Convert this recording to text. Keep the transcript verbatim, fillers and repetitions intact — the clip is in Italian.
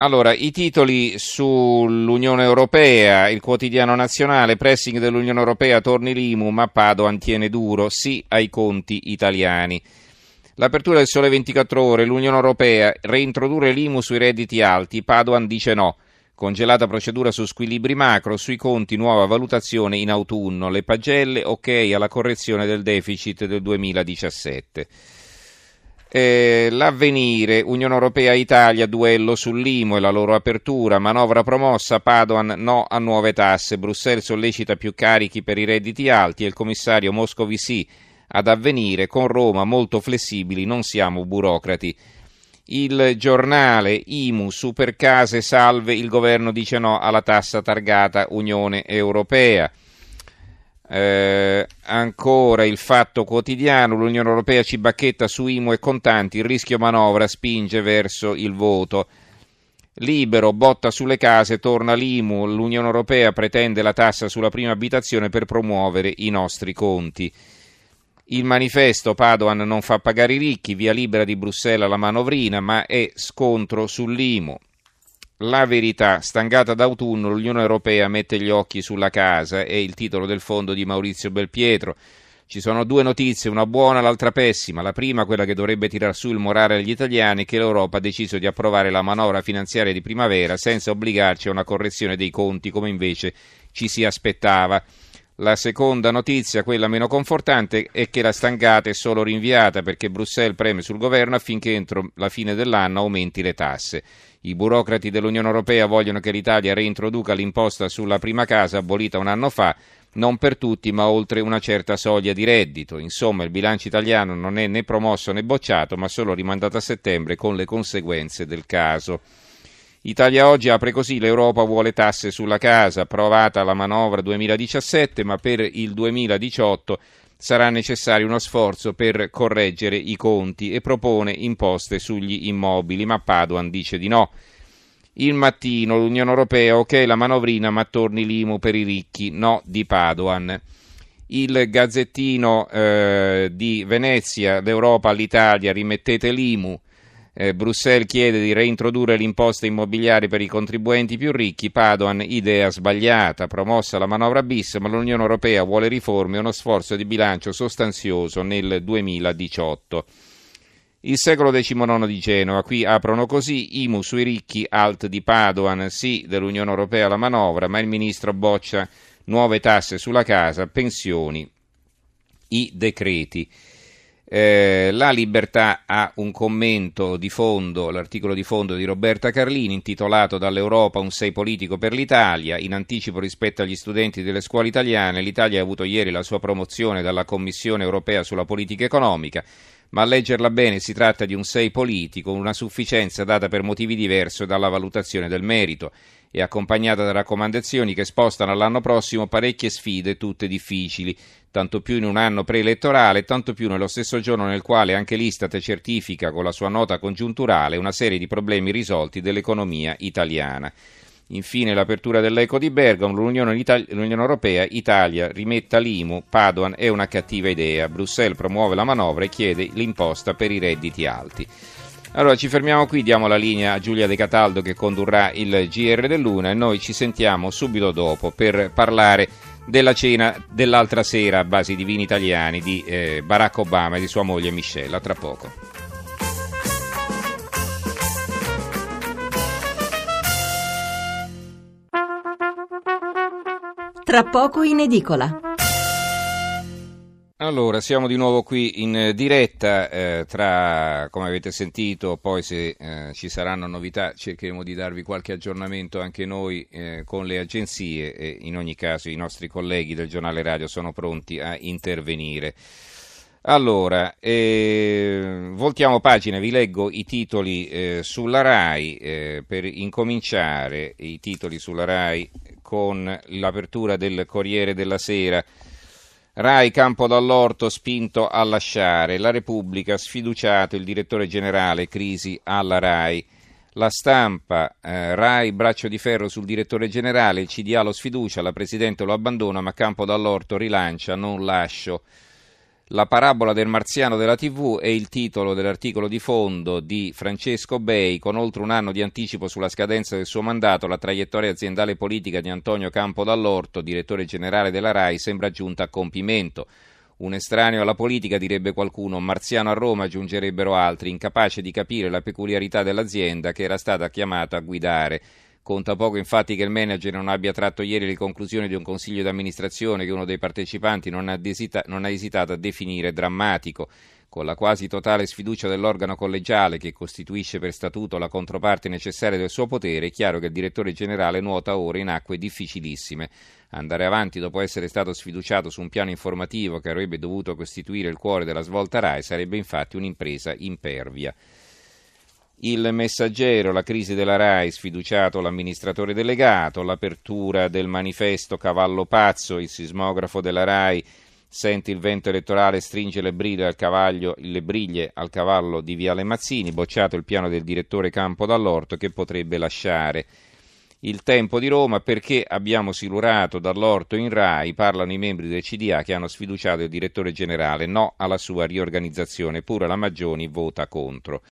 Allora, i titoli sull'Unione Europea, il quotidiano nazionale, pressing dell'Unione Europea, torni l'I M U, ma Padoan tiene duro, sì ai conti italiani. L'apertura del Sole ventiquattro Ore, l'Unione Europea, reintrodurre l'I M U sui redditi alti, Padoan dice no. Congelata procedura su squilibri macro, sui conti nuova valutazione in autunno, le pagelle, ok alla correzione del deficit del duemiladiciassette. Eh, l'Avvenire, Unione Europea-Italia, duello sull'I M U e la loro apertura, manovra promossa, Padoan no a nuove tasse, Bruxelles sollecita più carichi per i redditi alti e il commissario Moscovici ad Avvenire, con Roma molto flessibili, non siamo burocrati. Il Giornale, I M U, supercase salve, il governo dice no alla tassa targata Unione Europea. Eh, ancora il Fatto Quotidiano, l'Unione Europea ci bacchetta su I M U e contanti, il rischio manovra spinge verso il voto. Libero, botta sulle case, torna l'I M U, l'Unione Europea pretende la tassa sulla prima abitazione per promuovere i nostri conti. Il Manifesto, Padoan non fa pagare i ricchi, via libera di Bruxelles alla manovrina, ma è scontro sull'I M U. La Verità, stangata d'autunno, l'Unione Europea mette gli occhi sulla casa, è il titolo del fondo di Maurizio Belpietro. Ci sono due notizie, una buona e l'altra pessima. La prima, quella che dovrebbe tirar su il morale agli italiani, è che l'Europa ha deciso di approvare la manovra finanziaria di primavera senza obbligarci a una correzione dei conti come invece ci si aspettava. La seconda notizia, quella meno confortante, è che la stangata è solo rinviata perché Bruxelles preme sul governo affinché entro la fine dell'anno aumenti le tasse. I burocrati dell'Unione Europea vogliono che l'Italia reintroduca l'imposta sulla prima casa abolita un anno fa, non per tutti ma oltre una certa soglia di reddito. Insomma, il bilancio italiano non è né promosso né bocciato, ma solo rimandato a settembre con le conseguenze del caso. Italia Oggi apre così, l'Europa vuole tasse sulla casa, approvata la manovra duemiladiciassette, ma per il duemiladiciotto sarà necessario uno sforzo per correggere i conti e propone imposte sugli immobili, ma Padoan dice di no. Il Mattino, l'Unione Europea, ok la manovrina, ma torni l'I M U per i ricchi, no di Padoan. Il Gazzettino eh, di Venezia, l'Europa all'Italia, rimettete l'I M U. Eh, Bruxelles chiede di reintrodurre l'imposta immobiliare per i contribuenti più ricchi, Padoan idea sbagliata, promossa la manovra bis, ma l'Unione Europea vuole riforme e uno sforzo di bilancio sostanzioso nel duemiladiciotto. Il Secolo diciannove di Genova, qui aprono così, I M U sui ricchi, alt di Padoan, sì dell'Unione Europea alla manovra, ma il ministro boccia nuove tasse sulla casa, pensioni, i decreti. Eh, la Libertà ha un commento di fondo, l'articolo di fondo di Roberta Carlini intitolato Dall'Europa un sei politico per l'Italia, in anticipo rispetto agli studenti delle scuole italiane, l'Italia ha avuto ieri la sua promozione dalla Commissione Europea sulla politica economica, ma a leggerla bene si tratta di un sei politico, una sufficienza data per motivi diversi dalla valutazione del merito e accompagnata da raccomandazioni che spostano all'anno prossimo parecchie sfide, tutte difficili, tanto più in un anno preelettorale, tanto più nello stesso giorno nel quale anche l'Istat certifica con la sua nota congiunturale una serie di problemi risolti dell'economia italiana. Infine l'apertura dell'Eco di Bergamo, l'Unione, Itali- l'Unione Europea, Italia rimetta l'I M U, Padoan è una cattiva idea, Bruxelles promuove la manovra e chiede l'imposta per i redditi alti. Allora ci fermiamo qui, diamo la linea a Giulia De Cataldo che condurrà il G R dell'Una e noi ci sentiamo subito dopo per parlare della cena dell'altra sera a base di vini italiani di eh, Barack Obama e di sua moglie Michelle. A tra poco. Tra poco in edicola. Allora, siamo di nuovo qui in diretta, eh, tra, come avete sentito, poi se eh, ci saranno novità cercheremo di darvi qualche aggiornamento anche noi eh, con le agenzie e in ogni caso i nostri colleghi del giornale radio sono pronti a intervenire. Allora, eh, voltiamo pagina, vi leggo i titoli eh, sulla RAI, eh, per incominciare i titoli sulla RAI con l'apertura del Corriere della Sera. RAI Campo Dall'Orto spinto a lasciare, la Repubblica sfiduciato il direttore generale, crisi alla RAI. La Stampa, eh, RAI braccio di ferro sul direttore generale, il C D A lo sfiducia, la Presidente lo abbandona ma Campo Dall'Orto rilancia, non lascio. La parabola del marziano della tivù è il titolo dell'articolo di fondo di Francesco Bei. Con oltre un anno di anticipo sulla scadenza del suo mandato, la traiettoria aziendale e politica di Antonio Campo Dall'Orto, direttore generale della RAI, sembra giunta a compimento. Un estraneo alla politica, direbbe qualcuno, marziano a Roma, aggiungerebbero altri, incapace di capire la peculiarità dell'azienda che era stata chiamata a guidare. Conta poco infatti che il manager non abbia tratto ieri le conclusioni di un consiglio d'amministrazione che uno dei partecipanti non ha, desita- non ha esitato a definire drammatico. Con la quasi totale sfiducia dell'organo collegiale che costituisce per statuto la controparte necessaria del suo potere, è chiaro che il direttore generale nuota ora in acque difficilissime. Andare avanti dopo essere stato sfiduciato su un piano informativo che avrebbe dovuto costituire il cuore della svolta RAI sarebbe infatti un'impresa impervia. Il Messaggero, la crisi della RAI, sfiduciato l'amministratore delegato, l'apertura del manifesto Cavallo Pazzo, il sismografo della RAI sente il vento elettorale, stringe le briglie al, cavaglio, le briglie al cavallo di Viale Mazzini, bocciato il piano del direttore Campo Dall'Orto che potrebbe lasciare. Il Tempo di Roma, perché abbiamo silurato Dall'Orto in RAI, parlano i membri del C D A che hanno sfiduciato il direttore generale, no alla sua riorganizzazione, pure la Maggioni vota contro.